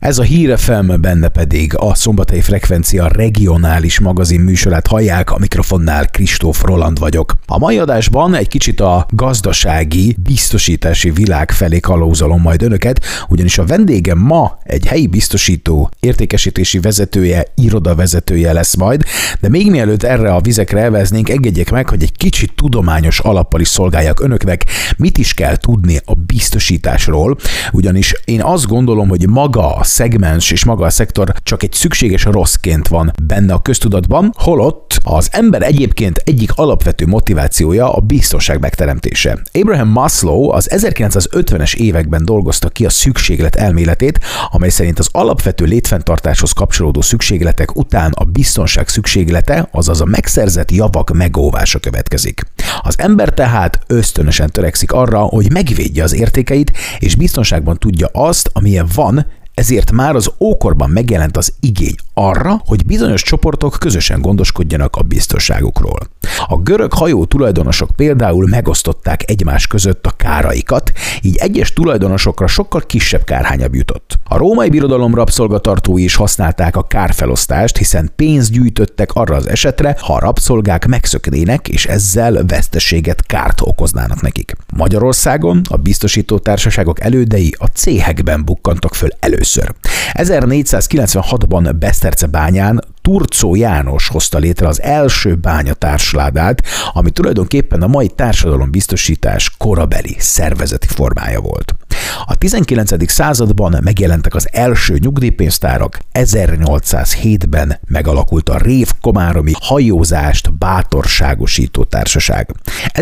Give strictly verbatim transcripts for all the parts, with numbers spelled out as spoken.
Ez a Hír ef em, benne pedig a Szombathelyi Frekvencia regionális magazin műsorát hallják, a mikrofonnál Kristóf Roland vagyok. A mai adásban egy kicsit a gazdasági, biztosítási világ felé kalauzolom majd önöket, ugyanis a vendégem ma egy helyi biztosító, értékesítési vezetője, irodavezetője lesz majd, de még mielőtt erre a vizekre elveznénk, engedjék meg, hogy egy kicsit tudományos alappal is szolgáljak önöknek, mit is kell tudni a biztosításról, ugyanis én azt gondolom, hogy maga a szegmens és maga a szektor csak egy szükséges rosszként van benne a köztudatban, holott az ember egyébként egyik alapvető motivációja a biztonság megteremtése. Abraham Maslow az ezerkilencszázötvenes években dolgozta ki a szükséglet elméletét, amely szerint az alapvető létfenntartáshoz kapcsolódó szükségletek után a biztonság szükséglete, azaz a megszerzett javak megóvása következik. Az ember tehát ösztönösen törekszik arra, hogy megvédje az értékeit, és biztonságban tudja azt, amilyen van, ezért már az ókorban megjelent az igény arra, hogy bizonyos csoportok közösen gondoskodjanak a biztonságukról. A görög hajó tulajdonosok például megosztották egymás között a káraikat, így egyes tulajdonosokra sokkal kisebb kárhányab jutott. A római birodalom rabszolgatartói is használták a kárfelosztást, hiszen pénzt gyűjtöttek arra az esetre, ha a rabszolgák megszöknének, és ezzel veszteséget, kárt okoznának nekik. Magyarországon a biztosító társaságok elődei a céhekben bukkantak föl először. ezernégyszázkilencvenhatban Besztercebányán Turczó János hozta létre az első bányatársladát, ami tulajdonképpen a mai társadalombiztosítás korabeli szervezeti formája volt. A tizenkilencedik században megjelentek az első nyugdíjpénztárak, ezernyolcszázhétben megalakult a Rév-Komáromi hajózást bátorságosító társaság.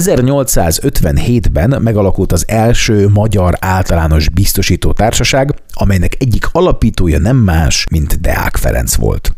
ezernyolcszázötvenhétben megalakult az első magyar általános biztosító társaság, amelynek egyik alapítója nem más, mint Deák Ferenc volt.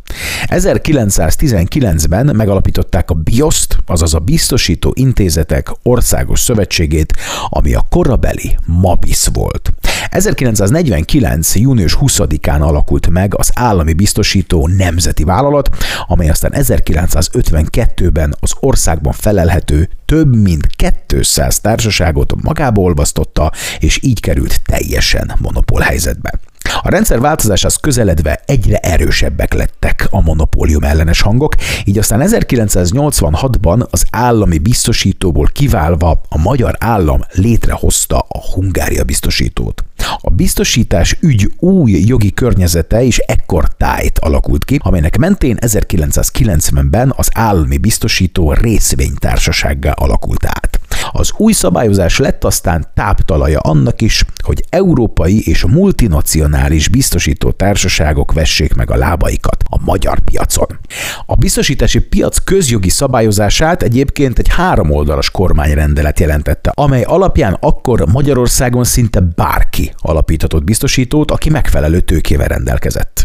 ezerkilencszáztizenkilencben megalapították a BIOSzt, azaz a Biztosító Intézetek Országos Szövetségét, ami a korabeli MABISZ volt. ezerkilencszáznegyvenkilenc. június huszadikán alakult meg az Állami Biztosító Nemzeti Vállalat, amely aztán ezerkilencszázötvenkettőben az országban felelhető több mint kétszáz társaságot magába olvasztotta, és így került teljesen monopólhelyzetbe. A rendszer változásához közeledve egyre erősebbek lettek a monopólium ellenes hangok, így aztán ezerkilencszáznyolcvanhatban az állami biztosítóból kiválva a magyar állam létrehozta a Hungária biztosítót. A biztosítás ügy új jogi környezete is ekkor tájt alakult ki, amelynek mentén ezerkilencszázkilencvenben az állami biztosító részvénytársasággá alakult át. Az új szabályozás lett aztán táptalaja annak is, hogy európai és multinacionális biztosító társaságok vessék meg a lábaikat a magyar piacon. A biztosítási piac közjogi szabályozását egyébként egy háromoldalas kormányrendelet jelentette, amely alapján akkor Magyarországon szinte bárki alapíthatott biztosítót, aki megfelelő tőkével rendelkezett.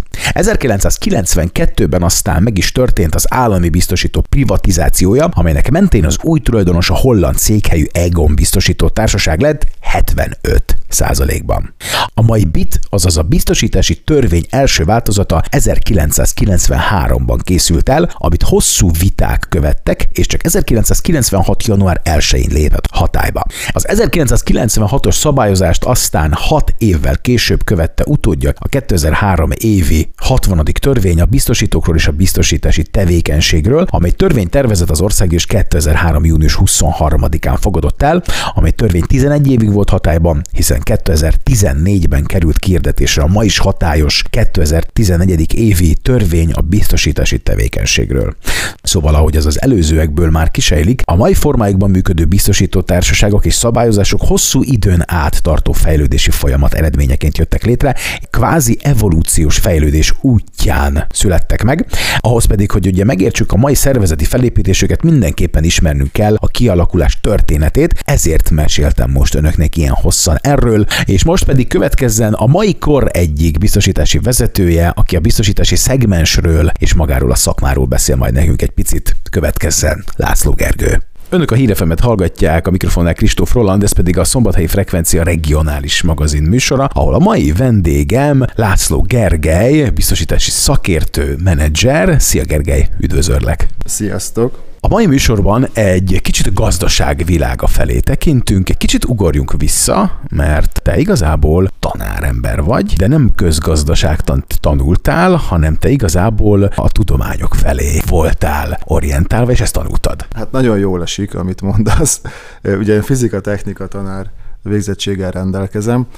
ezerkilencszázkilencvenkettőben aztán meg is történt az állami biztosító privatizációja, amelynek mentén az új tulajdonos a holland székhelyű Aegon biztosító társaság lett hetvenöt százalékban. A mai BIT, azaz a biztosítási törvény első változata ezerkilencszázkilencvenháromban készült el, amit hosszú viták követtek, és csak ezerkilencszázkilencvenhat. január elsején lépett hatályba. Az ezerkilencszázkilencvenhatos szabályozást aztán hat évvel később követte utódja a kétezer-három évi hatvanadik törvény a biztosítókról és a biztosítási tevékenységről, amely törvénytervezet az országgyűlés kétezer-három. június huszonharmadikán fogadott el, amely törvény tizenegy évig volt hatályban, hiszen kétezer-tizennégyben került kihirdetésre a ma is hatályos kétezer-tizenegy. évi törvény a biztosítási tevékenységről. Szóval, ahogy az az előzőekből már kisejlik, a mai formájukban működő biztosító társaságok és szabályozások hosszú időn át tartó fejlődési folyamat eredményeként jöttek létre, kvázi evolúciós fejlődés útján születtek meg, ahhoz pedig, hogy ugye megértsük a mai szervezeti felépítésüket, mindenképpen ismernünk kell a kialakulás történetét, ezért meséltem most önöknek ilyen hosszan erről, és most pedig következzen a mai kor egyik biztosítási vezetője, aki a biztosítási szegmensről és magáról a szakmáról beszél majd nekünk egy picit. Következzen László Gergő. Önök a Hír ef emet hallgatják, a mikrofonnál Kristóf Roland, ez pedig a Szombathelyi Frekvencia regionális magazin műsora, ahol a mai vendégem László Gergely, biztosítási szakértő, menedzser. Szia Gergely, üdvözöllek! Sziasztok! A mai műsorban egy kicsit a gazdaság világa felé tekintünk, egy kicsit ugorjunk vissza, mert te igazából tanárember vagy, de nem közgazdaságtant tanultál, hanem te igazából a tudományok felé voltál orientálva, és ezt tanultad. Hát nagyon jól esik, amit mondasz. Ugye fizika-technika tanár végzettséggel rendelkezem,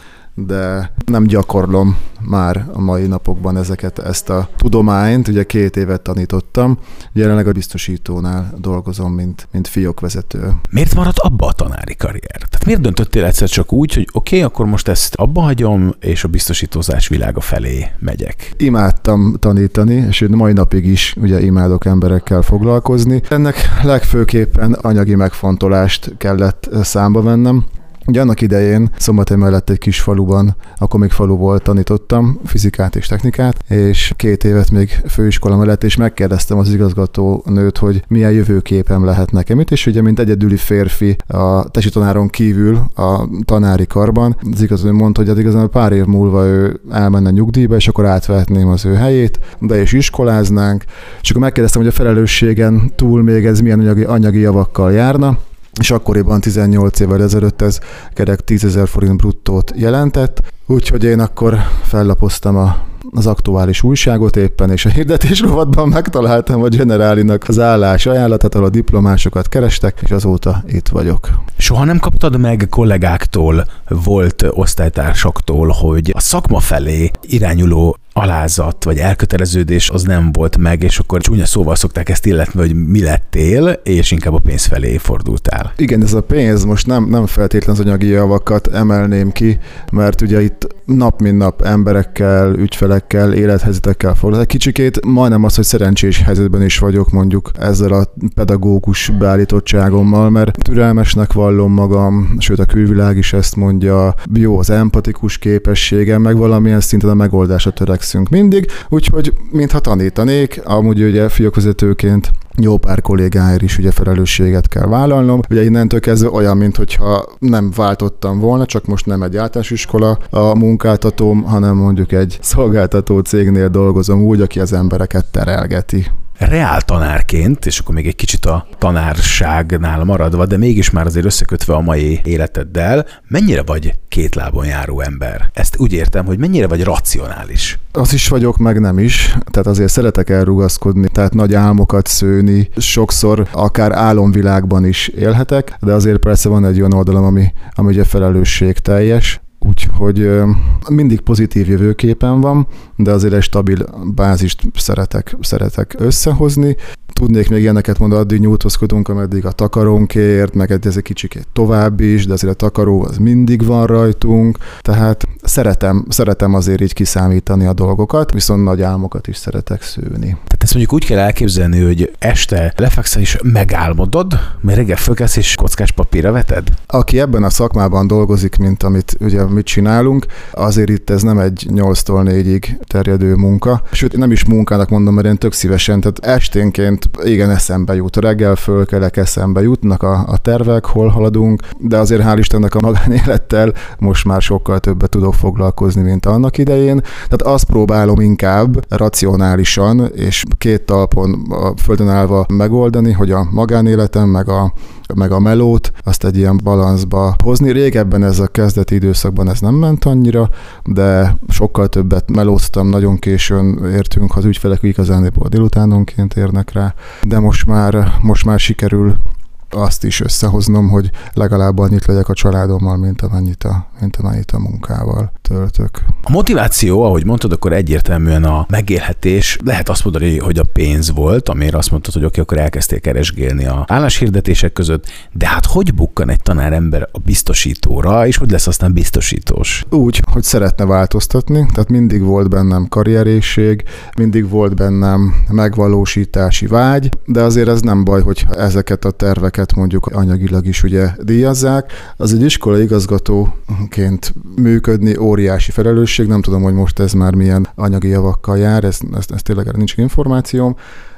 de nem gyakorlom már a mai napokban ezeket, ezt a tudományt. Ugye két évet tanítottam, jelenleg a biztosítónál dolgozom, mint, mint fiókvezető. Miért maradt abba a tanári karrier? Tehát miért döntöttél egyszer csak úgy, hogy oké, okay, akkor most ezt abba hagyom, és a biztosítózás világa felé megyek? Imádtam tanítani, és mai napig is ugye imádok emberekkel foglalkozni. Ennek legfőképpen anyagi megfontolást kellett számba vennem. Ugye annak idején Szombathely mellett egy kis faluban, akkor még falu volt, tanítottam fizikát és technikát, és két évet még főiskola mellett, és megkérdeztem az igazgatónőt, hogy milyen jövőképem lehet nekem itt, és ugye mint egyedüli férfi a tesi tanáron kívül a tanári karban, az igazgató mondta, hogy hát igazán pár év múlva ő elmenne nyugdíjba, és akkor átvehetném az ő helyét, de is iskoláznánk, és akkor megkérdeztem, hogy a felelősségen túl még ez milyen anyagi, anyagi javakkal járna, és akkoriban tizennyolc évvel ezelőtt ez kerek tízezer forint bruttót jelentett, úgyhogy én akkor fellapoztam a, az aktuális újságot éppen, és a hirdetés rovatban megtaláltam a Generálinak az állás ajánlatát, ahol a diplomásokat kerestek, és azóta itt vagyok. Soha nem kaptad meg kollégáktól, volt osztálytársaktól, hogy a szakma felé irányuló alázat vagy elköteleződés az nem volt meg, és akkor csúnya szóval szokták ezt illetni, hogy mi lettél, és inkább a pénz felé fordultál. Igen, ez a pénz most nem, nem feltétlenül az anyagi javakat emelném ki, mert ugye itt nap mint nap emberekkel, ügyfelekkel, élethelyzetekkel foglalkozom. Kicsikét majdnem az, hogy szerencsés helyzetben is vagyok mondjuk ezzel a pedagógus beállítottságommal, mert türelmesnek vallom magam, sőt a külvilág is ezt mondja, jó az empatikus képességem, meg valamilyen szinten a megoldásra törekszünk mindig, úgyhogy mintha tanítanék, amúgy ugye fiókvezetőként jó pár kollégáért is ugye felelősséget kell vállalnom. Ugye innentől kezdve olyan, mintha nem váltottam volna, csak most nem egy általános iskola a munkáltatóm, hanem mondjuk egy szolgáltató cégnél dolgozom úgy, aki az embereket terelgeti. Reál tanárként, és akkor még egy kicsit a tanárságnál maradva, de mégis már azért összekötve a mai életeddel, mennyire vagy két lábon járó ember? Ezt úgy értem, hogy mennyire vagy racionális? Az is vagyok, meg nem is. Tehát azért szeretek elrugaszkodni, tehát nagy álmokat szőni, sokszor akár álomvilágban is élhetek, de azért persze van egy olyan oldalam, ami, ami ugye felelősségteljes. Úgyhogy mindig pozitív jövőképen van, de azért egy stabil bázist szeretek, szeretek összehozni. Tudnék még ilyeneket mondani, addig nyújtózkodunk, ameddig a takarónkért, meg ez egy kicsikét tovább is, de azért a takaró az mindig van rajtunk, tehát szeretem, szeretem azért így kiszámítani a dolgokat, viszont nagy álmokat is szeretek szőni. Tehát ezt mondjuk úgy kell elképzelni, hogy este lefekszel és megálmodod, mert reggel fölkelsz és kockás papírra veted? Aki ebben a szakmában dolgozik, mint amit ugye mit csinálunk, azért itt ez nem egy nyolctól négyig terjedő munka. Sőt, nem is munkának mondom, mert én tök szívesen, tehát esténként igen, eszembe jut. Reggel fölkelek, eszembe jutnak a, a tervek, hol haladunk, de azért hál' Istennek a magánélettel most már sokkal többet tudok foglalkozni, mint annak idején. Tehát azt próbálom inkább racionálisan és két talpon a földön állva megoldani, hogy a magánéletem meg a meg a melót, azt egy ilyen balanszba hozni. Régebben ez a kezdeti időszakban ez nem ment annyira, de sokkal többet melóztam, nagyon későn értünk az ügyfelek, igazániból délutánonként érnek rá, de most már, most már sikerül azt is összehoznom, hogy legalább annyit legyek a családommal, mint amennyit a, mint amennyit a munkával töltök. A motiváció, ahogy mondtad, akkor egyértelműen a megélhetés. Lehet azt mondani, hogy a pénz volt, amire azt mondtad, hogy oké, akkor elkezdték keresgélni a álláshirdetések között, de hát hogy bukkan egy tanárember a biztosítóra, és hogy lesz aztán biztosítós? Úgy, hogy szeretne változtatni, tehát mindig volt bennem karrierészség, mindig volt bennem megvalósítási vágy, de azért ez nem baj, hogy ezeket a terveket mondjuk anyagilag is ugye díjazzák. Az egy iskola igazgatóként működni óriási felelősség, nem tudom, hogy most ez már milyen anyagi javakkal jár, ez, ez, ez tényleg nincs információm,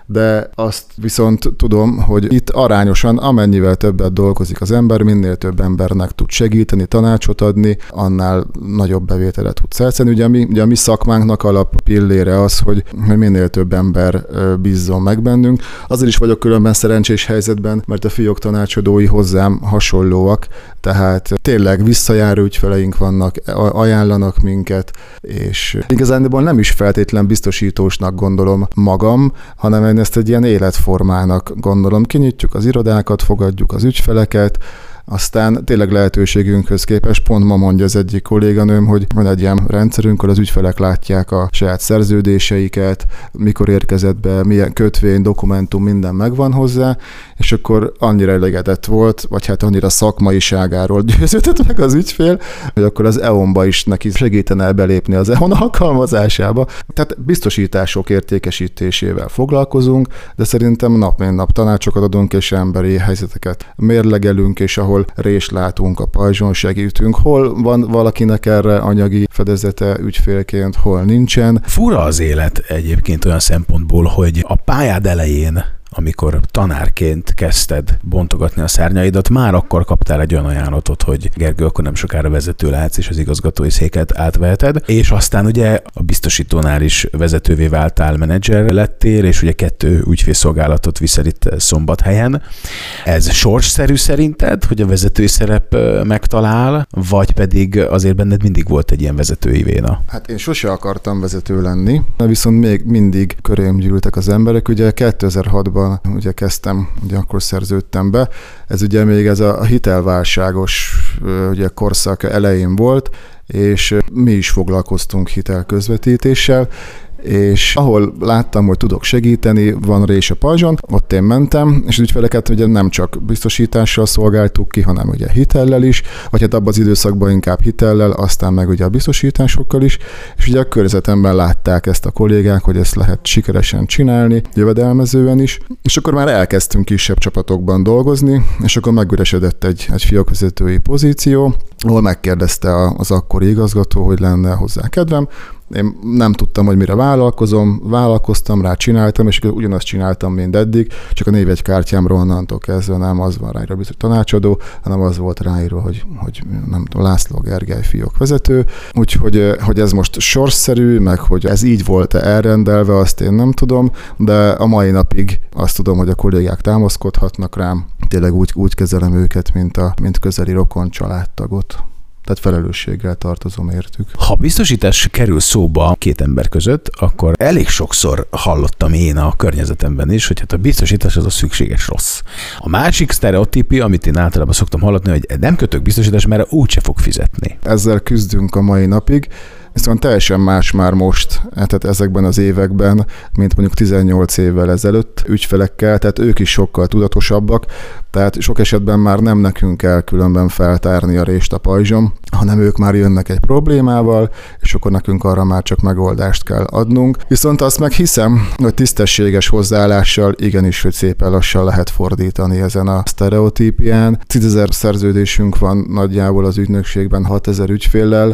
de azt viszont tudom, hogy itt arányosan amennyivel többet dolgozik az ember, minél több embernek tud segíteni, tanácsot adni, annál nagyobb bevételet tud szerezni. Ugye, mi, ugye a mi szakmánknak alap pillére az, hogy minél több ember bízzon meg bennünk. Azért is vagyok különben szerencsés helyzetben, mert a fiók tanácsadói hozzám hasonlóak, tehát tényleg visszajáró ügyfeleink vannak, ajánlanak minket, és igazándiból nem is feltétlen biztosítósnak gondolom magam, hanem én ezt egy ilyen életformának gondolom. Kinyitjuk az irodákat, fogadjuk az ügyfeleket, aztán tényleg lehetőségünkhöz képest, pont ma mondja az egyik kolléganőm, hogy van egy ilyen rendszerünk, ahol az ügyfelek látják a saját szerződéseiket, mikor érkezett be, milyen kötvény, dokumentum, minden megvan hozzá, és akkor annyira elégedett volt, vagy hát annyira szakmaiságáról győződött meg az ügyfél, hogy akkor az é o en-ba is neki segítene belépni az é o en alkalmazásába. Tehát biztosítások értékesítésével foglalkozunk, de szerintem nap mint nap tanácsokat adunk, és emberi helyzeteket mérlegelünk, és ahol rést látunk a pajzson, segítünk, hol van valakinek erre anyagi fedezete ügyfélként, hol nincsen. Fura az élet egyébként olyan szempontból, hogy a pályád elején, amikor tanárként kezdted bontogatni a szárnyaidat, már akkor kaptál egy olyan ajánlatot, hogy Gergő, akkor nem sokára vezető lehetsz, és az igazgatói széket átveheted, és aztán ugye a biztosítónál is vezetővé váltál, menedzser lettél, és ugye kettő ügyfélszolgálatot viszel itt Szombathelyen. Ez sorsszerű szerinted, hogy a vezetői szerep megtalál, vagy pedig azért benned mindig volt egy ilyen vezetői véna? Hát én sose akartam vezető lenni, viszont még mindig körém gyűltek az emberek. Ugye kétezer-hatban ugye kezdtem, ugye akkor szerződtem be. Ez ugye még ez a hitelválságos ugye korszak elején volt, és mi is foglalkoztunk hitelközvetítéssel, és ahol láttam, hogy tudok segíteni, van rés a pajzson, ott én mentem, és az ügyfeleket ugye nem csak biztosítással szolgáltuk ki, hanem ugye hitellel is, vagy hát abban az időszakban inkább hitellel, aztán meg ugye a biztosításokkal is, és ugye a környezetemben látták ezt a kollégák, hogy ezt lehet sikeresen csinálni, jövedelmezően is, és akkor már elkezdtünk kisebb csapatokban dolgozni, és akkor megüresedett egy, egy fiókvezetői pozíció, ahol megkérdezte az akkori igazgató, hogy lenne hozzá kedvem. Én nem tudtam, hogy mire vállalkozom, vállalkoztam rá, csináltam, és ugyanazt csináltam, mint eddig, csak a névjegykártyámról onnantól kezdve nem az van ráírva, biztos tanácsadó, hanem az volt ráírva, hogy, hogy nem tudom, László Gergely fiók vezető. Úgyhogy hogy ez most sorsszerű, meg hogy ez így volt-e elrendelve, azt én nem tudom, de a mai napig azt tudom, hogy a kollégák támaszkodhatnak rám. Tényleg úgy, úgy kezelem őket, mint, a, mint közeli rokon családtagot. Tehát felelősséggel tartozom értük. Ha biztosítás kerül szóba két ember között, akkor elég sokszor hallottam én a környezetemben is, hogy hát a biztosítás az a szükséges rossz. A másik sztereotípia, amit én általában szoktam hallani, hogy nem kötök biztosítás, mert úgyse fog fizetni. Ezzel küzdünk a mai napig. Viszont teljesen más már most, tehát ezekben az években, mint mondjuk tizennyolc évvel ezelőtt ügyfelekkel, tehát ők is sokkal tudatosabbak, tehát sok esetben már nem nekünk kell különben feltárni a rést a pajzson, hanem ők már jönnek egy problémával, és akkor nekünk arra már csak megoldást kell adnunk. Viszont azt meg hiszem, hogy tisztességes hozzáállással igenis, hogy szépen lassan lehet fordítani ezen a sztereotípián. tízezer szerződésünk van nagyjából az ügynökségben hatezer ügyféllel,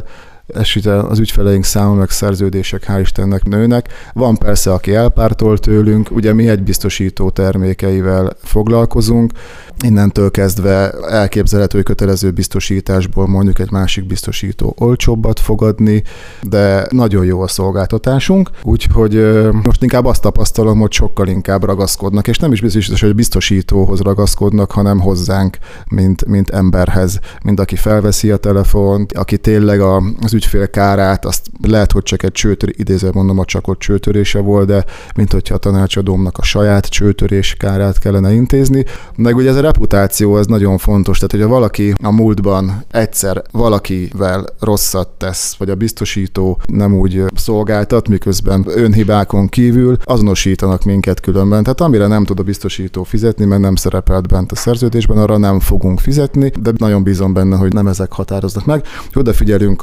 az ügyfeleink száma meg szerződések hál' Istennek nőnek. Van persze, aki elpártol tőlünk, ugye mi egy biztosító termékeivel foglalkozunk, innentől kezdve elképzelhető, hogy kötelező biztosításból mondjuk egy másik biztosító olcsóbbat fog adni, de nagyon jó a szolgáltatásunk, úgyhogy most inkább azt tapasztalom, hogy sokkal inkább ragaszkodnak, és nem is biztos, hogy biztosítóhoz ragaszkodnak, hanem hozzánk, mint, mint emberhez, mint aki felveszi a telefont, aki tényleg a, az ügyfél kárát, azt lehet, hogy csak egy csőtör, idézve mondom, a csak ott csőtörése volt, de mint hogyha a tanácsadómnak a saját csőtörés kárát kellene intézni. Meg ugye ez a reputáció, ez nagyon fontos, tehát hogyha valaki a múltban egyszer valakivel rosszat tesz, vagy a biztosító nem úgy szolgáltat, miközben önhibákon kívül azonosítanak minket különben. Tehát amire nem tud a biztosító fizetni, mert nem szerepelt bent a szerződésben, arra nem fogunk fizetni, de nagyon bízom benne, hogy nem ezek határoznak meg. Odafigyelünk arra, hogy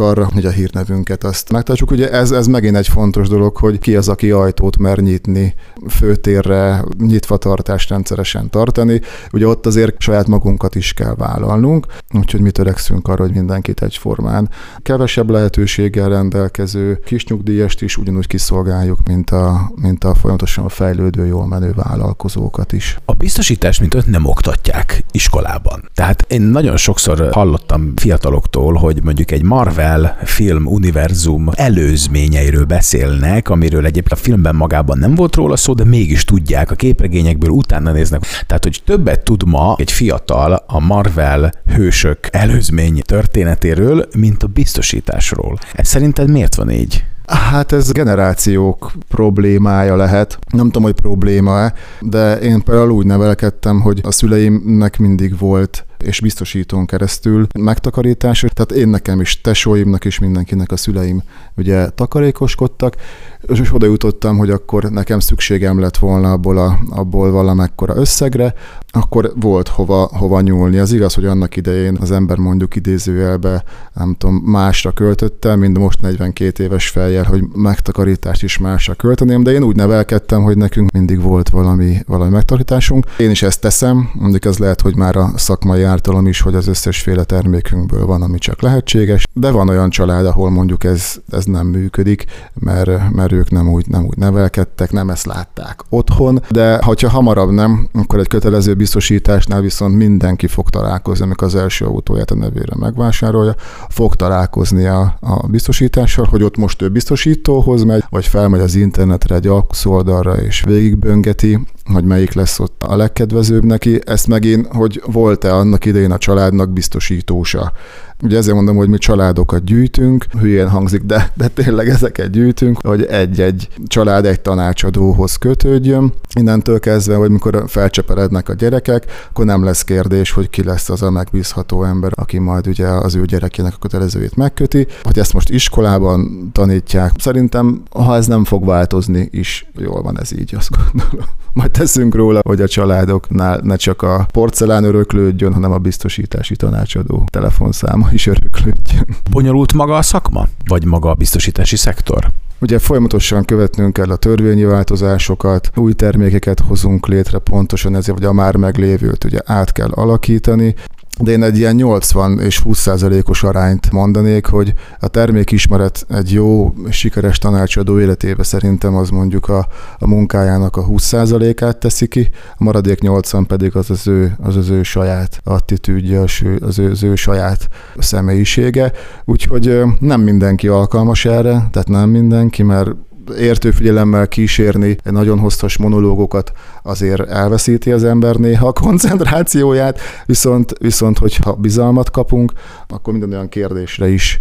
hogy a hírnevünket azt megtartsuk. Ugye ez, ez megint egy fontos dolog, hogy ki az, aki ajtót mer nyitni, főtérre nyitva tartást rendszeresen tartani. Ugye ott azért saját magunkat is kell vállalnunk, úgyhogy mi törekszünk arra, hogy mindenkit egyformán kevesebb lehetőséggel rendelkező kisnyugdíjast is ugyanúgy kiszolgáljuk, mint a, mint a folyamatosan fejlődő, jól menő vállalkozókat is. A biztosítást, mint öt nem oktatják iskolában. Tehát én nagyon sokszor hallottam fiataloktól, hogy mondjuk egy Marvel film univerzum előzményeiről beszélnek, amiről egyébként a filmben magában nem volt róla szó, de mégis tudják, a képregényekből utána néznek. Tehát, hogy többet tud ma egy fiatal a Marvel hősök előzmény történetéről, mint a biztosításról. Ez szerinted miért van így? Hát ez generációk problémája lehet. Nem tudom, hogy probléma-e, de én például úgy nevelkedtem, hogy a szüleimnek mindig volt és biztosítón keresztül megtakarítás. Tehát én nekem is, tesóimnak és mindenkinek a szüleim ugye takarékoskodtak, és oda jutottam, hogy akkor nekem szükségem lett volna abból, a, abból valamekkora összegre, akkor volt hova, hova nyúlni. Az igaz, hogy annak idején az ember mondjuk idézőjelbe, nem tudom, másra költötte, mint most negyvenkét éves fejjel, hogy megtakarítást is másra költeném, de én úgy nevelkedtem, hogy nekünk mindig volt valami, valami megtakarításunk. Én is ezt teszem, mondjuk ez lehet, hogy már a szakmai ártalom is, hogy az összesféle termékünkből van, ami csak lehetséges, de van olyan család, ahol mondjuk ez, ez nem működik, mert, mert ők nem úgy, nem úgy nevelkedtek, nem ezt látták otthon, de ha hamarabb nem, akkor egy kötelező biztosításnál viszont mindenki fog találkozni, amikor az első autóját a nevére megvásárolja, fog találkozni a, a biztosítással, hogy ott most ő biztosítóhoz megy, vagy felmegy az internetre egy alkuszóldalra és végigböngeti, hogy melyik lesz ott a legkedvezőbb neki. Ezt megint, hogy volt-e annak idején a családnak biztosítósa. Ugye ezért mondom, hogy mi családokat gyűjtünk, hülyén hangzik, de, de tényleg ezeket gyűjtünk, hogy egy-egy család egy tanácsadóhoz kötődjön. Innentől kezdve, hogy mikor felcseperednek a gyerekek, akkor nem lesz kérdés, hogy ki lesz az a megbízható ember, aki majd ugye az ő gyerekének a kötelezőjét megköti. Hogy ezt most iskolában tanítják, szerintem, ha ez nem fog változni is, jól van ez így, azt gondolom. Majd teszünk róla, hogy a családoknál ne csak a porcelán öröklődjön, hanem a biztosítási tanácsadó telefonszáma is öröklődjön. Bonyolult maga a szakma? Vagy maga a biztosítási szektor? Ugye folyamatosan követnünk kell a törvényi változásokat, új termékeket hozunk létre pontosan ezért, hogy a már meglévőt ugye át kell alakítani. De én egy ilyen nyolcvan és húsz százalékos arányt mondanék, hogy a termékismeret egy jó, sikeres tanácsadó életébe szerintem az mondjuk a, a munkájának a húsz százalékát teszi ki, a maradék nyolcvan pedig az az ő, az, az ő saját attitűdje, az ő, az, ő, az ő saját személyisége. Úgyhogy nem mindenki alkalmas erre, tehát nem mindenki, mert értő figyelemmel kísérni egy nagyon hosszas monológokat azért elveszíti az ember néha a koncentrációját, viszont, viszont hogyha bizalmat kapunk, akkor minden olyan kérdésre is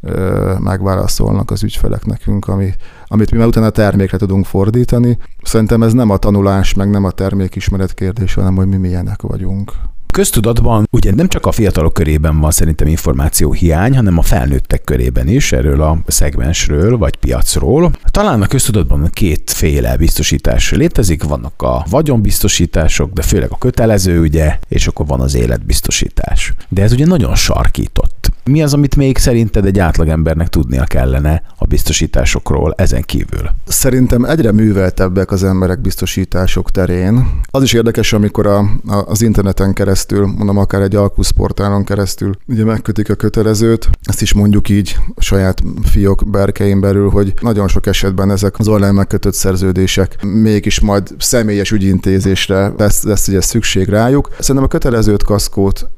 ö, megválaszolnak az ügyfelek nekünk, ami, amit mi már utána a termékre tudunk fordítani. Szerintem ez nem a tanulás, meg nem a termékismeret kérdés, hanem hogy mi milyenek vagyunk. Köztudatban ugye nem csak a fiatalok körében van szerintem információ hiány, hanem a felnőttek körében is erről a szegmensről vagy piacról. Talán a köztudatban kétféle biztosítás létezik, vannak a vagyonbiztosítások, de főleg a kötelező, ugye, és akkor van az életbiztosítás. De ez ugye nagyon sarkított. Mi az, amit még szerinted egy átlagembernek tudnia kellene a biztosításokról ezen kívül? Szerintem egyre műveltebbek az emberek biztosítások terén. Az is érdekes, amikor a, a, az interneten keresztül, mondom akár egy alkuszportálon keresztül, ugye megkötik a kötelezőt, ezt is mondjuk így a saját fiók berkein belül, hogy nagyon sok esetben ezek az online megkötött szerződések mégis majd személyes ügyintézésre lesz, lesz ugye szükség rájuk. Szerintem a kötelezőt, kaszkót,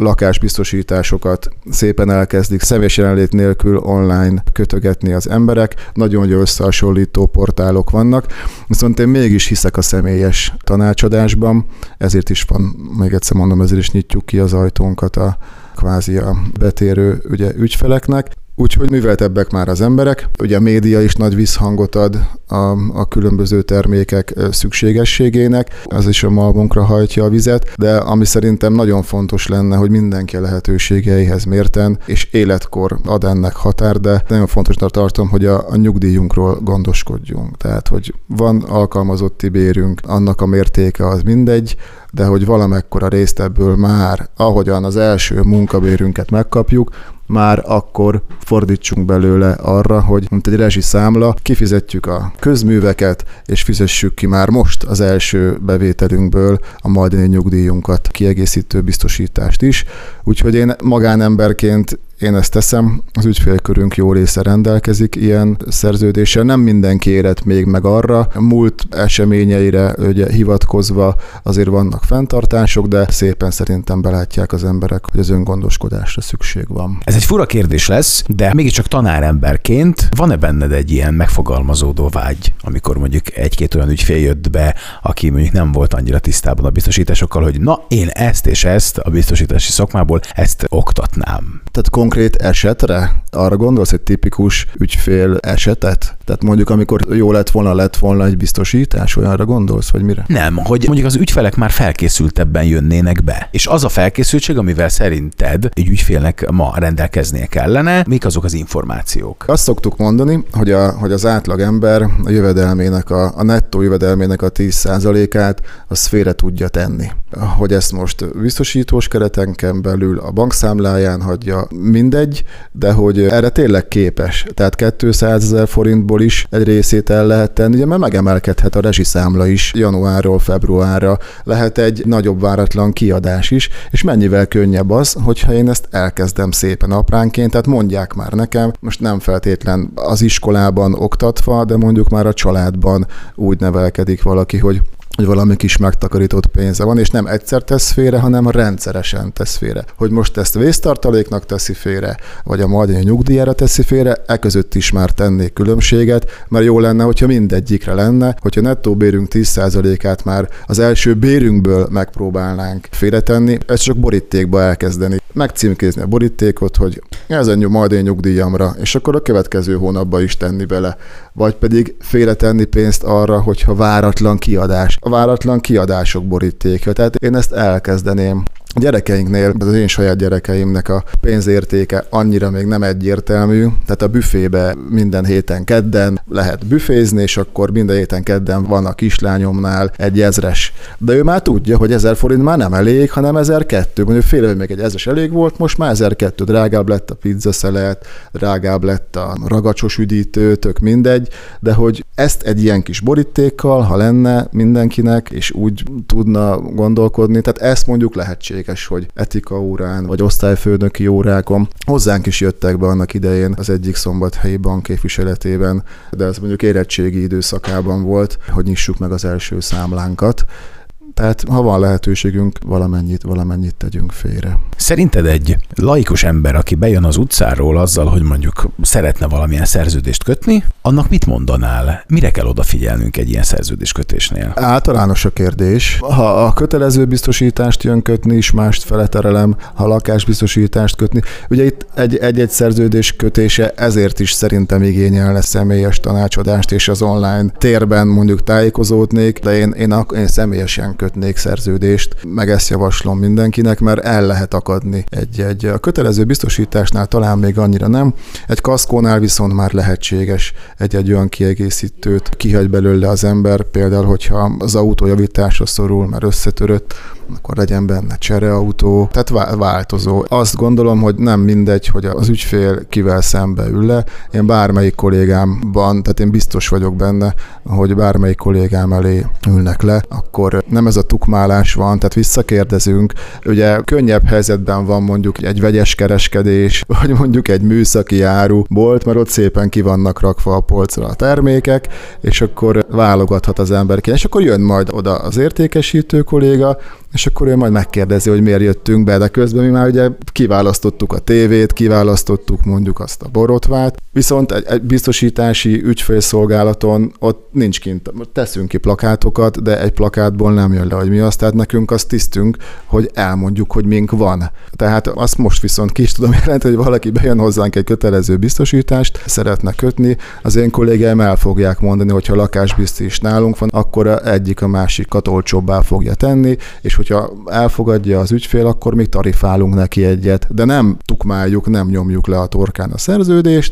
lakásbiztosításokat szépen elkezdik személyes jelenlét nélkül online kötögetni az emberek. Nagyon jó összehasonlító portálok vannak, viszont én mégis hiszek a személyes tanácsadásban, ezért is van, még egyszer mondom, ezért is nyitjuk ki az ajtónkat a kvázi a betérő ugye, ügyfeleknek. Úgyhogy műveltebbek már az emberek. Ugye a média is nagy visszhangot ad a, a különböző termékek szükségességének, az is a malmunkra hajtja a vizet, de ami szerintem nagyon fontos lenne, hogy mindenki a lehetőségeihez mérten, és életkor ad ennek határ, de nagyon fontosnak tartom, hogy a, a nyugdíjunkról gondoskodjunk. Tehát, hogy van alkalmazotti bérünk, annak a mértéke az mindegy, de hogy valamekkora részt ebből már, ahogyan az első munkabérünket megkapjuk, már akkor fordítsunk belőle arra, hogy mint egy rezsiszámla, kifizetjük a közműveket, és fizessük ki már most az első bevételünkből a majdani nyugdíjunkat, kiegészítő biztosítást is. Úgyhogy én magánemberként én ezt teszem, az ügyfélkörünk jó része rendelkezik ilyen szerződéssel, nem mindenki érett még meg arra, múlt eseményeire ugye, hivatkozva azért vannak fenntartások, de szépen szerintem belátják az emberek, hogy az öngondoskodásra szükség van. Ez egy fura kérdés lesz, de mégiscsak tanáremberként van-e benned egy ilyen megfogalmazódó vágy, amikor mondjuk egy-két olyan ügyfél jött be, aki mondjuk nem volt annyira tisztában a biztosításokkal, hogy na, én ezt és ezt a biztosítási szakmából ezt oktatnám. Tehát konkrét esetre? Arra gondolsz, egy tipikus ügyfél esetet? Tehát mondjuk, amikor jó lett volna, lett volna egy biztosítás, olyanra gondolsz, vagy mire? Nem, hogy mondjuk az ügyfelek már felkészültebben jönnének be. És az a felkészültség, amivel szerinted egy ügyfélnek ma rendelkeznie kellene, mik azok az információk? Azt szoktuk mondani, hogy, a, hogy az átlagember a jövedelmének, a, a nettó jövedelmének a tíz százalékát az félre tudja tenni. Hogy ezt most biztosítós keretenken belül a bankszámláján hagyja, mindegy, de hogy erre tényleg képes. Tehát kétszázezer forintból is egy részét el lehet tenni, ugye, mert megemelkedhet a rezsiszámla is januárról februárra, lehet egy nagyobb váratlan kiadás is, és mennyivel könnyebb az, hogyha én ezt elkezdem szépen apránként, tehát mondják már nekem, most nem feltétlen az iskolában oktatva, de mondjuk már a családban úgy nevelkedik valaki, hogy hogy valami kis megtakarított pénze van, és nem egyszer tesz félre, hanem rendszeresen tesz félre. Hogy most ezt vésztartaléknak teszi félre, vagy a majdani nyugdíjára teszi félre, e között is már tennék különbséget, mert jó lenne, hogyha mindegyikre lenne, hogyha nettó bérünk tíz százalékát már az első bérünkből megpróbálnánk félretenni, ezt csak borítékba elkezdeni. Megcímkézni a borítékot, hogy ez a majdani nyugdíjamra, és akkor a következő hónapban is tenni bele. Vagy pedig félretenni pénzt arra, hogyha váratlan kiadás. A váratlan kiadások borítéka. Tehát én ezt elkezdeném. A gyerekeinknél, az én saját gyerekeimnek a pénzértéke annyira még nem egyértelmű, tehát a büfébe minden héten kedden lehet büfézni, és akkor minden héten kedden van a kislányomnál egy ezres. De ő már tudja, hogy ezer forint már nem elég, hanem ezerkettő. Mondjuk fél éve még egy ezres elég volt, most már ezerkettő. Drágább lett a pizzaszelet, drágább lett a ragacsos üdítő, tök mindegy, de hogy ezt egy ilyen kis borítékkal, ha lenne mindenkinek, és úgy tudna gondolkodni, tehát ezt mondjuk lehetséges, hogy etika órán, vagy osztályfőnöki órákon hozzánk is jöttek be annak idején az egyik szombathelyi bank képviseletében, de ez mondjuk érettségi időszakában volt, hogy nyissuk meg az első számlánkat. Tehát ha van lehetőségünk, valamennyit, valamennyit tegyünk félre. Szerinted egy laikus ember, aki bejön az utcáról azzal, hogy mondjuk szeretne valamilyen szerződést kötni, annak mit mondanál? Mire kell odafigyelnünk egy ilyen szerződéskötésnél? Általános a kérdés. Ha a kötelező biztosítást jön kötni, is mást feleterelem, ha lakásbiztosítást kötni. Ugye itt egy-egy szerződés kötése ezért is szerintem igényelne személyes tanácsadást, és az online térben mondjuk tájékozódnék, de én, én, én személyesen kötnék szerződést, meg ezt javaslom mindenkinek, mert el lehet akadni egy-egy. A kötelező biztosításnál talán még annyira nem, egy kaszkónál viszont már lehetséges egy-egy olyan kiegészítőt kihagy belőle az ember, például, hogyha az autó javításra szorul, mert összetörött, akkor legyen benne csereautó, tehát változó. Azt gondolom, hogy nem mindegy, hogy az ügyfél kivel szembe ül le. Én bármelyik kollégámban, tehát én biztos vagyok benne, hogy bármelyik kollégám elé ülnek le, akkor nem ez a tukmálás van, tehát visszakérdezünk. Ugye könnyebb helyzetben van mondjuk egy vegyes kereskedés, vagy mondjuk egy műszaki árubolt, mert ott szépen ki vannak rakva a polcra a termékek, és akkor válogathat az ember ki. És akkor jön majd oda az értékesítő kolléga, és akkor ő majd megkérdezi, hogy miért jöttünk be, de közben mi már ugye kiválasztottuk a tévét, kiválasztottuk mondjuk azt a borotvát, viszont egy, egy biztosítási ügyfélszolgálaton ott nincs kint. Teszünk ki plakátokat, de egy plakátból nem jön le, hogy mi az, tehát nekünk az tisztünk, hogy elmondjuk, hogy mink van. Tehát azt most viszont ki is tudom jelenteni, hogy valaki bejön hozzánk egy kötelező biztosítást, szeretne kötni, az én kollégáim el fogják mondani, hogyha lakásbiztos nálunk van, akkor egyik a másikat olcsóbbá fogja tenni, és hogyha elfogadja az ügyfél, akkor mi tarifálunk neki egyet, de nem tukmáljuk, nem nyomjuk le a torkán a szerződést,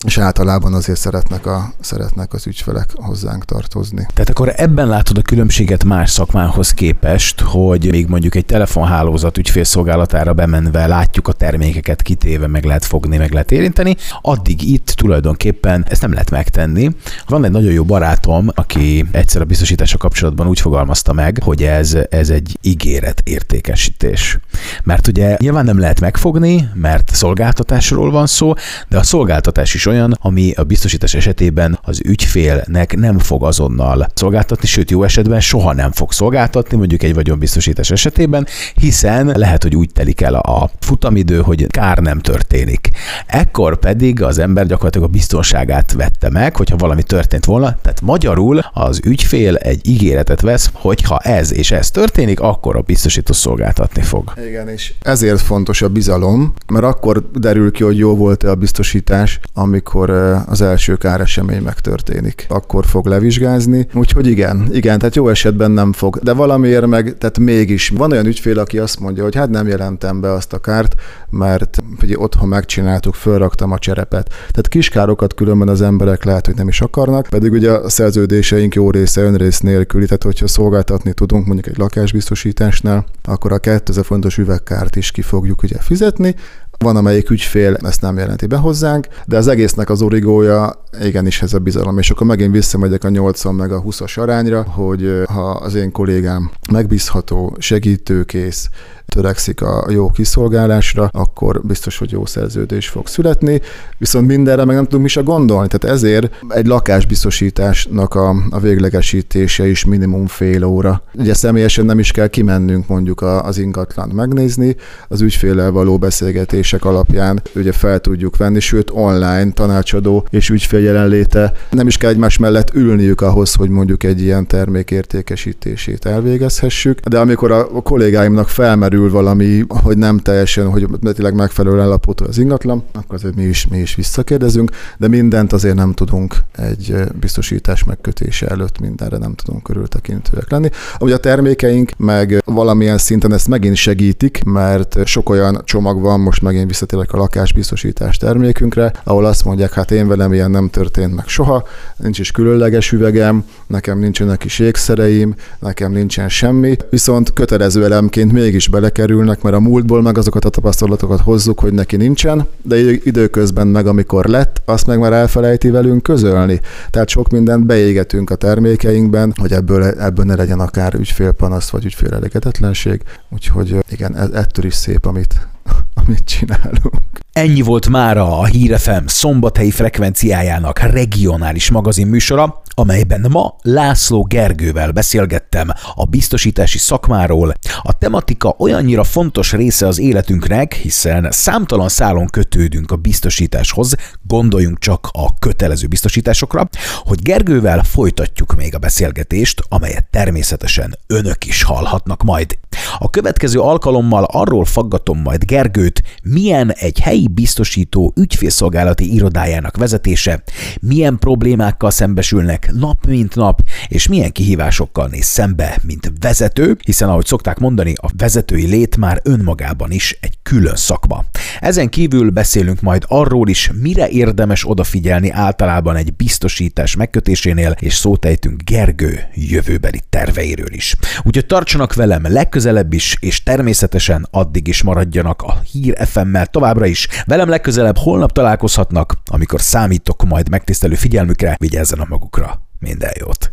és általában azért szeretnek, a, szeretnek az ügyfelek hozzánk tartozni. Tehát akkor ebben látod a különbséget más szakmához képest, hogy még mondjuk egy telefonhálózat ügyfélszolgálatára bemenve látjuk a termékeket kitéve, meg lehet fogni, meg lehet érinteni, addig itt tulajdonképpen ezt nem lehet megtenni. Van egy nagyon jó barátom, aki egyszer a biztosítással kapcsolatban úgy fogalmazta meg, hogy ez, ez egy ígéret értékesítés. Mert ugye nyilván nem lehet megfogni, mert szolgáltatásról van szó, de a szolgáltatás is olyan, ami a biztosítás esetében az ügyfélnek nem fog azonnal szolgáltatni, sőt jó esetben soha nem fog szolgáltatni, mondjuk egy vagyonbiztosítás esetében, hiszen lehet, hogy úgy telik el a futamidő, hogy kár nem történik. Ekkor pedig az ember gyakorlatilag a biztonságát vette meg, hogyha valami történt volna, tehát magyarul az ügyfél egy ígéretet vesz, hogyha ez és ez történik, akkor a biztosító szolgáltatni fog. Igen, és ezért fontos a bizalom, mert akkor derül ki, hogy jó volt-e a biztosítás, amikor az első káresemény megtörténik. Akkor fog levizsgázni. Úgyhogy igen, igen, tehát jó esetben nem fog. De valamiért meg, tehát mégis van olyan ügyfél, aki azt mondja, hogy hát nem jelentem be azt a kárt, mert ugye otthon megcsináltuk, fölraktam a cserepet. Tehát kiskárokat különben az emberek lehet, hogy nem is akarnak, pedig ugye a szerződéseink jó része önrész nélküli, tehát hogyha szolgáltatni tudunk mondjuk egy lakásbiztosításnál, akkor a kétezer fontos üvegkárt is ki fogjuk ugye fizetni. Van, amelyik ügyfél ezt nem jelenti be hozzánk, de az egésznek az origója igenis ez a bizalom. És akkor megint visszamegyek a nyolcvan meg a húszas arányra, hogy ha az én kollégám megbízható, segítőkész, törekszik a jó kiszolgálásra, akkor biztos, hogy jó szerződés fog születni, viszont mindenre meg nem tudunk mi se gondolni. Tehát ezért egy lakásbiztosításnak a, a véglegesítése is minimum fél óra. Ugye személyesen nem is kell kimennünk mondjuk az ingatlant megnézni, az ügyféllel való beszélgetések alapján ugye fel tudjuk venni, sőt online tanácsadó és ügyfél jelenléte nem is kell egymás mellett ülniük ahhoz, hogy mondjuk egy ilyen termék értékesítését elvégezhessük, de amikor a kollégáimnak felmerül valami, hogy nem teljesen, hogy tényleg megfelelő állapotú az ingatlan, akkor azért mi is, mi is visszakérdezünk, de mindent azért nem tudunk egy biztosítás megkötése előtt, mindenre nem tudunk körültekintőek lenni. Ugye a termékeink meg valamilyen szinten ezt megint segítik, mert sok olyan csomag van, most megint visszatérek a lakásbiztosítás termékünkre, ahol azt mondják, hát én velem ilyen nem történt meg soha, nincs is különleges üvegem, nekem nincsenek is ékszereim, nekem nincsen semmi, viszont kötelező elemként mégis belekerülnek, mert a múltból meg azokat a tapasztalatokat hozzuk, hogy neki nincsen, de időközben meg amikor lett, azt meg már elfelejti velünk közölni. Tehát sok mindent beégetünk a termékeinkben, hogy ebből, ebből ne legyen akár ügyfélpanasz vagy ügyfélelégedetlenség. Úgyhogy igen, ettől is szép, amit, amit csinálunk. Ennyi volt mára a Hír ef em szombathelyi frekvenciájának regionális magazinműsora, amelyben ma László Gergővel beszélgettem a biztosítási szakmáról. A tematika olyannyira fontos része az életünknek, hiszen számtalan szálon kötődünk a biztosításhoz, gondoljunk csak a kötelező biztosításokra, hogy Gergővel folytatjuk még a beszélgetést, amelyet természetesen önök is hallhatnak majd. A következő alkalommal arról faggatom majd Gergőt, milyen egy helyi biztosító ügyfélszolgálati irodájának vezetése, milyen problémákkal szembesülnek nap mint nap, és milyen kihívásokkal néz szembe, mint vezető, hiszen ahogy szokták mondani, a vezetői lét már önmagában is egy külön szakma. Ezen kívül beszélünk majd arról is, mire érdemes odafigyelni általában egy biztosítás megkötésénél, és szót ejtünk Gergő jövőbeli terveiről is. Úgyhogy tartsanak velem legközelebb is, és természetesen addig is maradjanak a Hír ef emmel továbbra is. Velem legközelebb holnap találkozhatnak, amikor számítok majd megtisztelő figyelmükre, vigyázzanak magukra. Minden jót!